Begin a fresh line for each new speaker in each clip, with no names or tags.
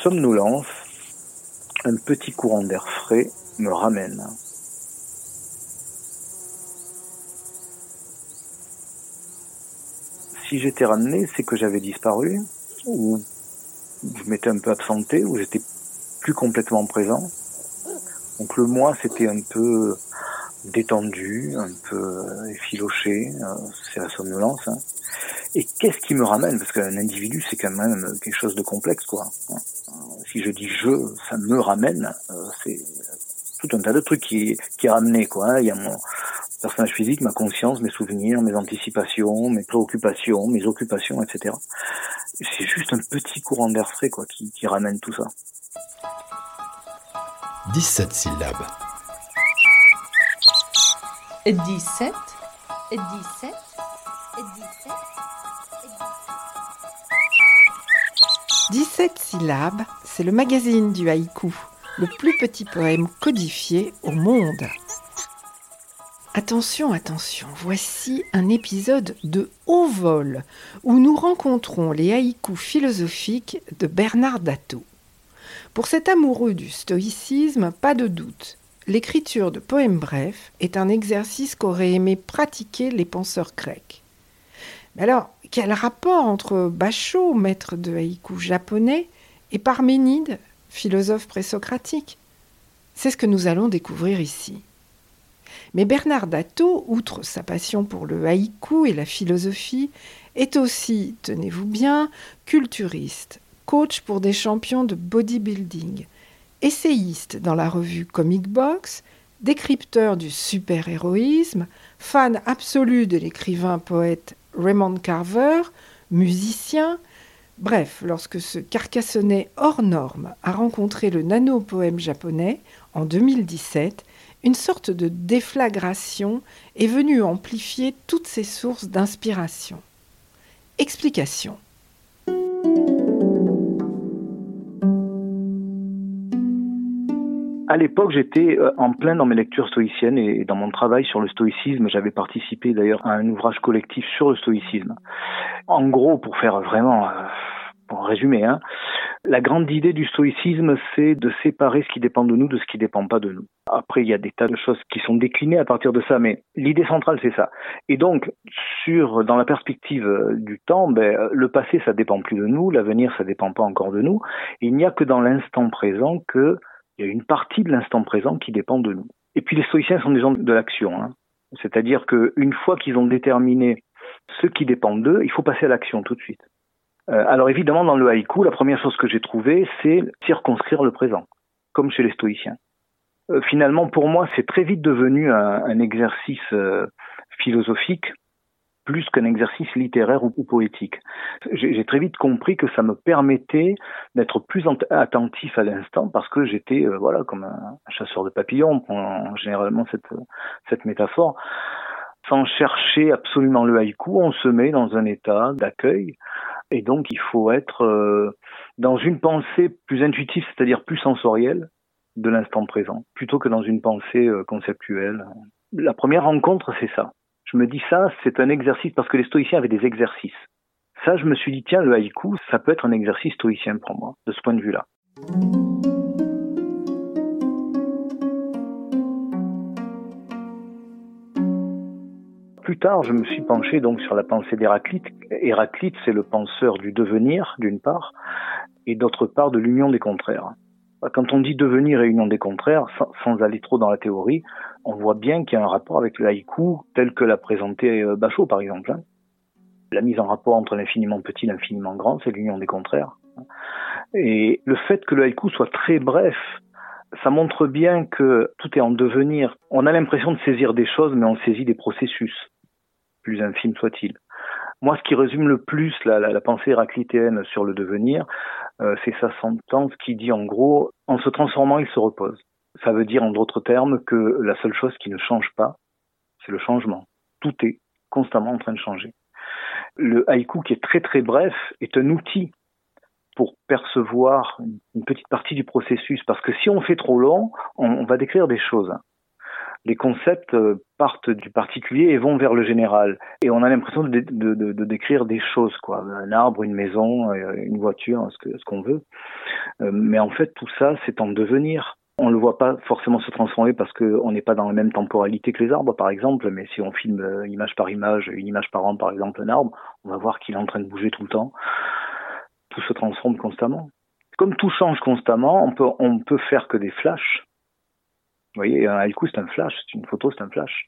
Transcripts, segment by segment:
somnolence, un petit courant d'air frais me ramène. Si j'étais ramené, c'est que j'avais disparu, ou je m'étais un peu absenté, ou j'étais plus complètement présent. Donc le moi, c'était un peu détendu, un peu effiloché, c'est la somnolence. Hein. Et qu'est-ce qui me ramène? Parce qu'un individu, c'est quand même quelque chose de complexe, quoi. Si je dis je, ça me ramène, c'est tout un tas de trucs qui est ramené, quoi. Il y a mon personnage physique, ma conscience, mes souvenirs, mes anticipations, mes préoccupations, mes occupations, etc. C'est juste un petit courant d'air frais, quoi, qui ramène tout ça.
17 syllabes.
17
syllabes, c'est le magazine du haïku, le plus petit poème codifié au monde. Attention, voici un épisode de haut vol où nous rencontrons les haïkus philosophiques de Bernard Dattaud. Pour cet amoureux du stoïcisme, pas de doute, l'écriture de poèmes brefs est un exercice qu'auraient aimé pratiquer les penseurs grecs. Mais alors, quel rapport entre Bashō, maître de haïku japonais, et Parménide, philosophe présocratique? C'est ce que nous allons découvrir ici. Mais Bernard Dattaud, outre sa passion pour le haïku et la philosophie, est aussi, tenez-vous bien, culturiste, coach pour des champions de bodybuilding, essayiste dans la revue Comic Box, décrypteur du super-héroïsme, fan absolu de l'écrivain-poète Raymond Carver, musicien. Bref, lorsque ce carcassonnet hors norme a rencontré le nano-poème japonais en 2017, une sorte de déflagration est venue amplifier toutes ses sources d'inspiration. Explication.
À l'époque, j'étais en plein dans mes lectures stoïciennes et dans mon travail sur le stoïcisme. J'avais participé d'ailleurs à un ouvrage collectif sur le stoïcisme. En gros, pour faire vraiment, pour résumer, hein, la grande idée du stoïcisme, c'est de séparer ce qui dépend de nous de ce qui ne dépend pas de nous. Après, il y a des tas de choses qui sont déclinées à partir de ça, mais l'idée centrale, c'est ça. Et donc, dans la perspective du temps, le passé, ça dépend plus de nous, l'avenir, ça dépend pas encore de nous. Et il n'y a que dans l'instant présent que il y a une partie de l'instant présent qui dépend de nous. Et puis les stoïciens sont des gens de l'action. Hein. C'est-à-dire qu'une fois qu'ils ont déterminé ce qui dépend d'eux, il faut passer à l'action tout de suite. Alors évidemment, dans le haïku, la première chose que j'ai trouvée, c'est circonscrire le présent, comme chez les stoïciens. Finalement, pour moi, c'est très vite devenu un exercice philosophique, plus qu'un exercice littéraire ou poétique. J'ai très vite compris que ça me permettait d'être plus attentif à l'instant parce que j'étais comme un chasseur de papillons, pour généralement cette métaphore. Sans chercher absolument le haïku, on se met dans un état d'accueil et donc il faut être dans une pensée plus intuitive, c'est-à-dire plus sensorielle de l'instant présent, plutôt que dans une pensée conceptuelle. La première rencontre, c'est ça. Je me dis ça, c'est un exercice, parce que les stoïciens avaient des exercices. Ça, je me suis dit, tiens, le haïku, ça peut être un exercice stoïcien pour moi, de ce point de vue-là. Plus tard, je me suis penché donc sur la pensée d'Héraclite. Héraclite, c'est le penseur du devenir, d'une part, et d'autre part, de l'union des contraires. Quand on dit devenir et union des contraires, sans aller trop dans la théorie, on voit bien qu'il y a un rapport avec le haïku tel que l'a présenté Bashō, par exemple. La mise en rapport entre l'infiniment petit et l'infiniment grand, c'est l'union des contraires. Et le fait que le haïku soit très bref, ça montre bien que tout est en devenir. On a l'impression de saisir des choses, mais on saisit des processus, plus infimes soient-ils. Moi, ce qui résume le plus la pensée héraclitéenne sur le devenir, c'est sa sentence qui dit en gros, en se transformant, il se repose. Ça veut dire en d'autres termes que la seule chose qui ne change pas, c'est le changement. Tout est constamment en train de changer. Le haïku, qui est très très bref, est un outil pour percevoir une petite partie du processus. Parce que si on fait trop long, on va décrire des choses. Les concepts partent du particulier et vont vers le général. Et on a l'impression de décrire des choses, quoi. Un arbre, une maison, une voiture, ce qu'on veut. Mais en fait, tout ça, c'est en devenir. On ne le voit pas forcément se transformer parce qu'on n'est pas dans la même temporalité que les arbres, par exemple. Mais si on filme image par image, une image par an, par exemple, un arbre, on va voir qu'il est en train de bouger tout le temps. Tout se transforme constamment. Comme tout change constamment, on peut faire que des flashs. Vous voyez, un haïku, c'est un flash. C'est une photo, c'est un flash.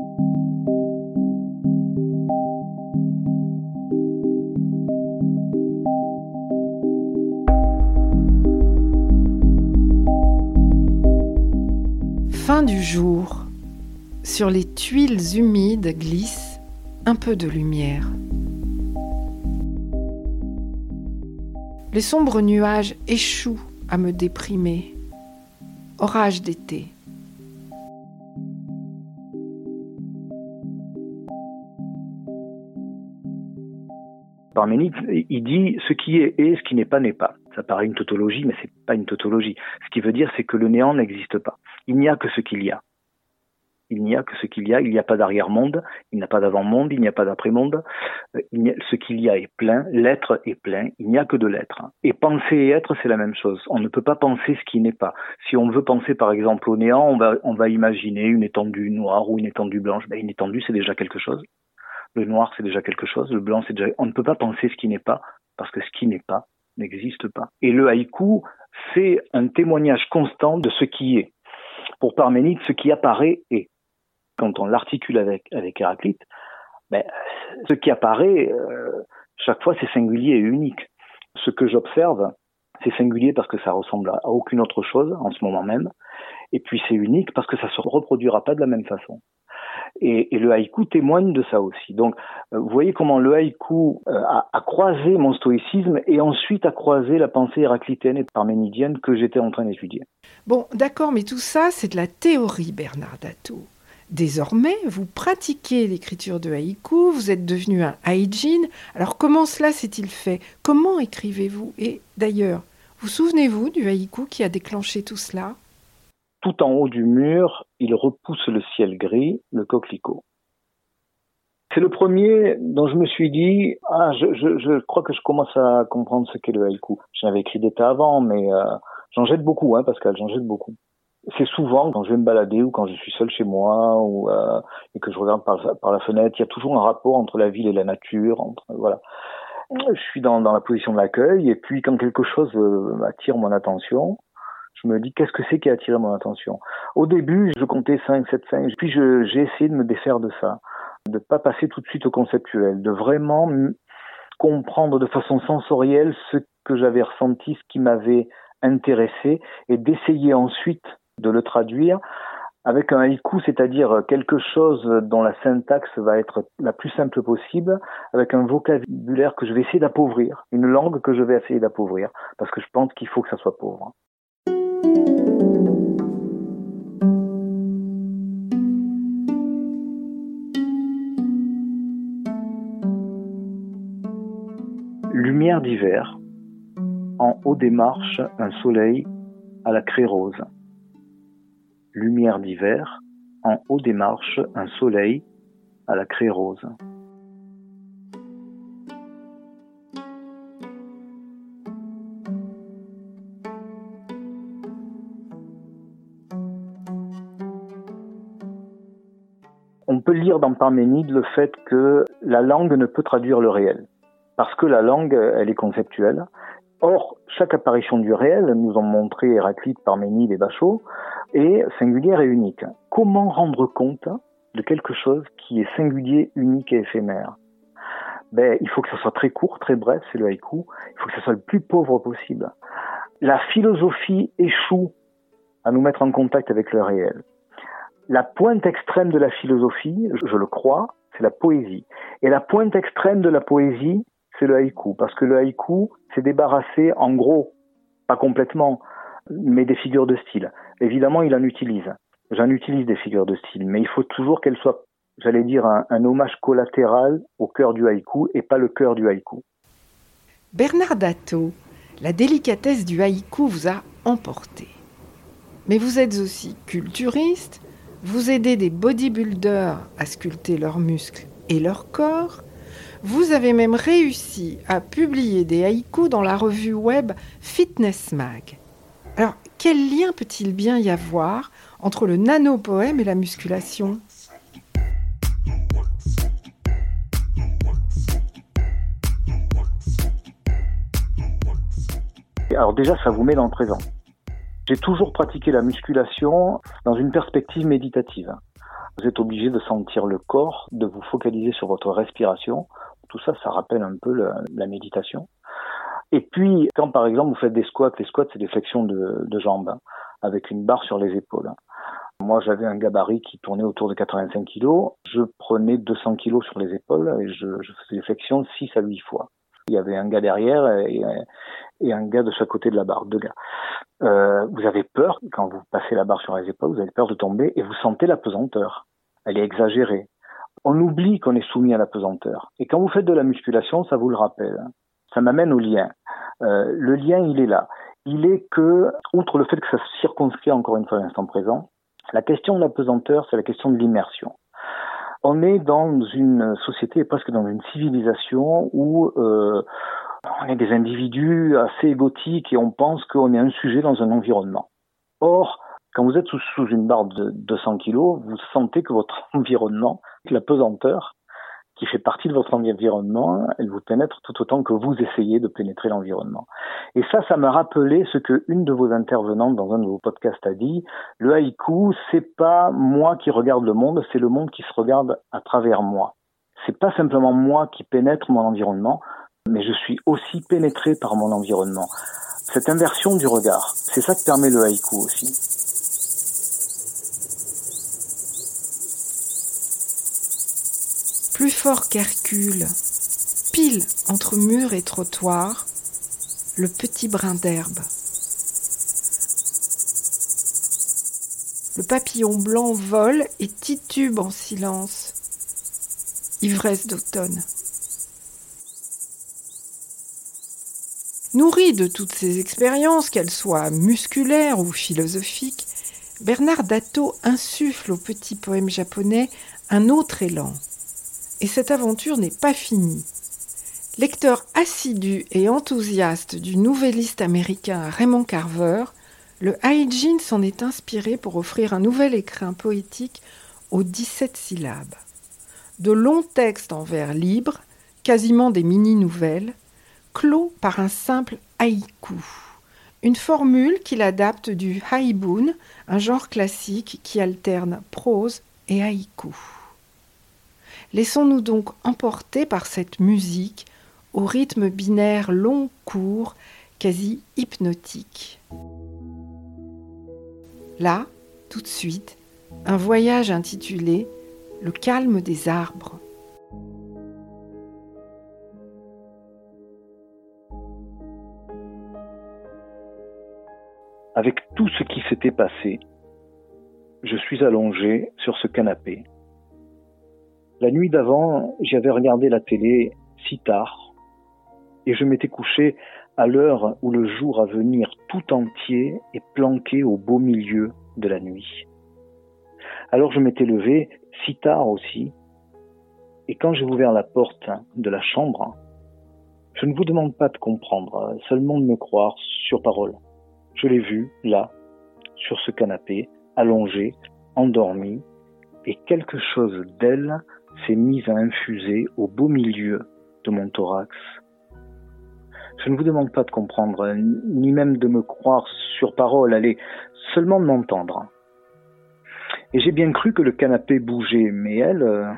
Fin du jour. Sur les tuiles humides glisse un peu de lumière. Les sombres nuages échouent à me déprimer. Orage d'été.
Parménide, il dit ce qui est, ce qui n'est pas, n'est pas. Ça paraît une tautologie, mais c'est pas une tautologie. Ce qui veut dire, c'est que le néant n'existe pas. Il n'y a que ce qu'il y a. Il n'y a que ce qu'il y a. Il n'y a pas d'arrière-monde, il n'y a pas d'avant-monde, il n'y a pas d'après-monde. Ce qu'il y a est plein, l'être est plein, il n'y a que de l'être. Et penser et être, c'est la même chose. On ne peut pas penser ce qui n'est pas. Si on veut penser, par exemple, au néant, on va imaginer une étendue noire ou une étendue blanche. Une étendue, c'est déjà quelque chose. Le noir, c'est déjà quelque chose. Le blanc, c'est déjà... On ne peut pas penser ce qui n'est pas, parce que ce qui n'est pas n'existe pas. Et le haïku, c'est un témoignage constant de ce qui est. Pour Parménide, ce qui apparaît est. Quand on l'articule avec Héraclite, ce qui apparaît, chaque fois, c'est singulier et unique. Ce que j'observe, c'est singulier parce que ça ressemble à aucune autre chose en ce moment même. Et puis c'est unique parce que ça se reproduira pas de la même façon. Et le haïku témoigne de ça aussi. Donc, vous voyez comment le haïku a croisé mon stoïcisme et ensuite a croisé la pensée héraclitéenne et parménidienne que j'étais en train d'étudier.
Bon, d'accord, mais tout ça, c'est de la théorie, Bernard Dato. Désormais, vous pratiquez l'écriture de haïku, vous êtes devenu un haïjin. Alors, comment cela s'est-il fait ? Comment écrivez-vous ? Et d'ailleurs, vous souvenez-vous du haïku qui a déclenché tout cela ?
Tout en haut du mur, il repousse le ciel gris, le coquelicot. C'est le premier dont je me suis dit, je crois que je commence à comprendre ce qu'est le haïku. J'en avais écrit des tas avant, mais j'en jette beaucoup, Pascal, j'en jette beaucoup. C'est souvent quand je vais me balader ou quand je suis seul chez moi et que je regarde par la fenêtre, il y a toujours un rapport entre la ville et la nature. Voilà. Je suis dans la position de l'accueil et puis quand quelque chose attire mon attention, je me dis qu'est-ce que c'est qui a attiré mon attention. Au début, je comptais 5, 7, 5, puis j'ai essayé de me défaire de ça, de pas passer tout de suite au conceptuel, de vraiment comprendre de façon sensorielle ce que j'avais ressenti, ce qui m'avait intéressé et d'essayer ensuite de le traduire avec un haïku, c'est-à-dire quelque chose dont la syntaxe va être la plus simple possible, avec un vocabulaire que je vais essayer d'appauvrir, une langue que je vais essayer d'appauvrir, parce que je pense qu'il faut que ça soit pauvre. Lumière d'hiver, en haut des marches, un soleil à la craie rose. Lumière d'hiver, en haut des marches, un soleil à la craie rose. On peut lire dans Parménide le fait que la langue ne peut traduire le réel, parce que la langue, elle est conceptuelle. Or, chaque apparition du réel, nous ont montré Héraclite, Parménide et Bachot, est singulière et unique. Comment rendre compte de quelque chose qui est singulier, unique et éphémère ? Il faut que ça soit très court, très bref, c'est le haïku. Il faut que ça soit le plus pauvre possible. La philosophie échoue à nous mettre en contact avec le réel. La pointe extrême de la philosophie, je le crois, c'est la poésie. Et la pointe extrême de la poésie, c'est le haïku. Parce que le haïku, c'est débarrassé, en gros, pas complètement, mais des figures de style. Évidemment, il en utilise. J'en utilise des figures de style, mais il faut toujours qu'elles soient, j'allais dire, un hommage collatéral au cœur du haïku et pas le cœur du haïku.
Bernard Dato, la délicatesse du haïku vous a emporté. Mais vous êtes aussi culturiste, vous aidez des bodybuilders à sculpter leurs muscles et leur corps. Vous avez même réussi à publier des haïkus dans la revue web Fitness Mag. Alors, quel lien peut-il bien y avoir entre le nanopoème et la musculation ?
Alors déjà, ça vous met dans le présent. J'ai toujours pratiqué la musculation dans une perspective méditative. Vous êtes obligé de sentir le corps, de vous focaliser sur votre respiration. Tout ça, ça rappelle un peu la méditation. Et puis, quand par exemple vous faites des squats, les squats c'est des flexions de jambes, avec une barre sur les épaules. Moi j'avais un gabarit qui tournait autour de 85 kg, je prenais 200 kg sur les épaules et je faisais des flexions 6 à 8 fois. Il y avait un gars derrière et un gars de chaque côté de la barre, 2 gars. Vous avez peur, quand vous passez la barre sur les épaules, vous avez peur de tomber et vous sentez la pesanteur. Elle est exagérée. On oublie qu'on est soumis à la pesanteur. Et quand vous faites de la musculation, ça vous le rappelle. Ça m'amène au lien. Le lien, il est là. Il est que, outre le fait que ça se circonscrit encore une fois à l'instant présent, la question de la pesanteur, c'est la question de l'immersion. On est dans une société, presque dans une civilisation où on est des individus assez égotiques et on pense qu'on est un sujet dans un environnement. Or, quand vous êtes sous une barre de 200 kg, vous sentez que votre environnement, la pesanteur, qui fait partie de votre environnement, elle vous pénètre tout autant que vous essayez de pénétrer l'environnement. Et ça m'a rappelé ce que une de vos intervenantes dans un de vos podcasts a dit. Le haïku, c'est pas moi qui regarde le monde, c'est le monde qui se regarde à travers moi. C'est pas simplement moi qui pénètre mon environnement, mais je suis aussi pénétré par mon environnement. Cette inversion du regard, c'est ça que permet le haïku aussi.
Plus fort qu'Hercule, pile entre mur et trottoir, le petit brin d'herbe. Le papillon blanc vole et titube en silence. Ivresse d'automne. Nourri de toutes ces expériences, qu'elles soient musculaires ou philosophiques, Bernard Datto insuffle au petit poème japonais un autre élan. Et cette aventure n'est pas finie. Lecteur assidu et enthousiaste du nouvelliste américain Raymond Carver, le Haijin s'en est inspiré pour offrir un nouvel écrin poétique aux 17 syllabes. De longs textes en vers libre, quasiment des mini-nouvelles, clos par un simple haïku, une formule qu'il adapte du haibun, un genre classique qui alterne prose et haïku. Laissons-nous donc emporter par cette musique au rythme binaire long-court, quasi hypnotique. Là, tout de suite, un voyage intitulé « Le calme des arbres ».
Avec tout ce qui s'était passé, je suis allongé sur ce canapé. La nuit d'avant, j'avais regardé la télé si tard et je m'étais couché à l'heure où le jour à venir tout entier est planqué au beau milieu de la nuit. Alors je m'étais levé si tard aussi et quand j'ai ouvert la porte de la chambre, je ne vous demande pas de comprendre, seulement de me croire sur parole. Je l'ai vue là, sur ce canapé, allongée, endormie et quelque chose d'elle s'est mise à infuser au beau milieu de mon thorax. Je ne vous demande pas de comprendre, ni même de me croire sur parole, allez, seulement de m'entendre. Et j'ai bien cru que le canapé bougeait, mais elle...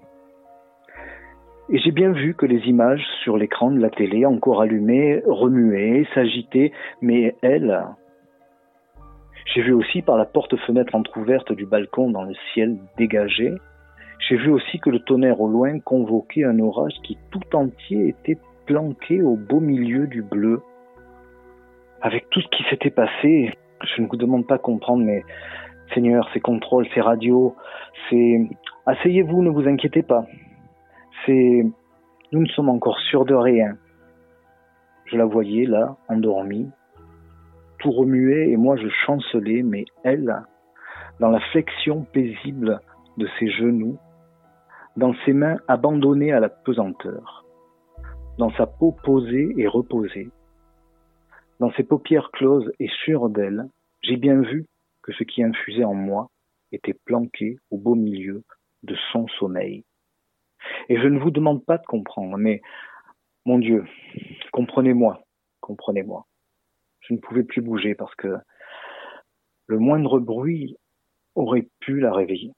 Et j'ai bien vu que les images sur l'écran de la télé, encore allumées, remuaient, s'agitaient, mais elle... J'ai vu aussi par la porte-fenêtre entrouverte du balcon dans le ciel dégagé, j'ai vu aussi que le tonnerre au loin convoquait un orage qui tout entier était planqué au beau milieu du bleu. Avec tout ce qui s'était passé, je ne vous demande pas de comprendre, mais Seigneur, ces contrôles, ces radios, asseyez-vous, ne vous inquiétez pas. Nous ne sommes encore sûrs de rien. Je la voyais là, endormie, tout remuait et moi je chancelais, mais elle, dans la flexion paisible de ses genoux, dans ses mains abandonnées à la pesanteur, dans sa peau posée et reposée, dans ses paupières closes et sûres d'elle, j'ai bien vu que ce qui infusait en moi était planqué au beau milieu de son sommeil. Et je ne vous demande pas de comprendre, mais, mon Dieu, comprenez-moi. Je ne pouvais plus bouger parce que le moindre bruit aurait pu la réveiller.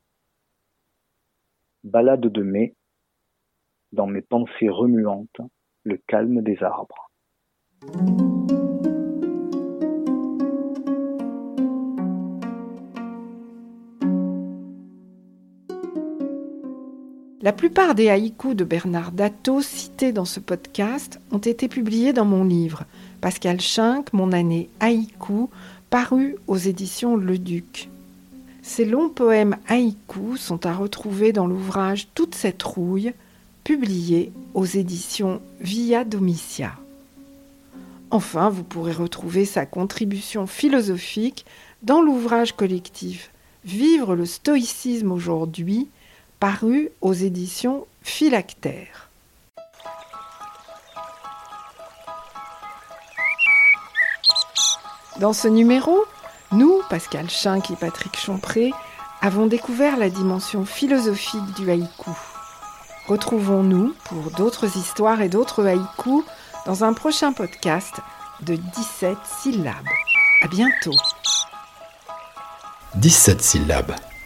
Ballade de mai, dans mes pensées remuantes, le calme des arbres.
La plupart des haïkus de Bernard Dattaud cités dans ce podcast ont été publiés dans mon livre « Pascal Schinck, mon année haïku », paru aux éditions Le Duc. Ces longs poèmes haïkus sont à retrouver dans l'ouvrage « Toute cette rouille », publié aux éditions Via Domitia. Enfin, vous pourrez retrouver sa contribution philosophique dans l'ouvrage collectif « Vivre le stoïcisme aujourd'hui », paru aux éditions Philactère. Dans ce numéro, nous, Pascal Schinck et Patrick Chompré, avons découvert la dimension philosophique du haïku. Retrouvons-nous pour d'autres histoires et d'autres haïkus dans un prochain podcast de 17 syllabes. À bientôt.
17 syllabes.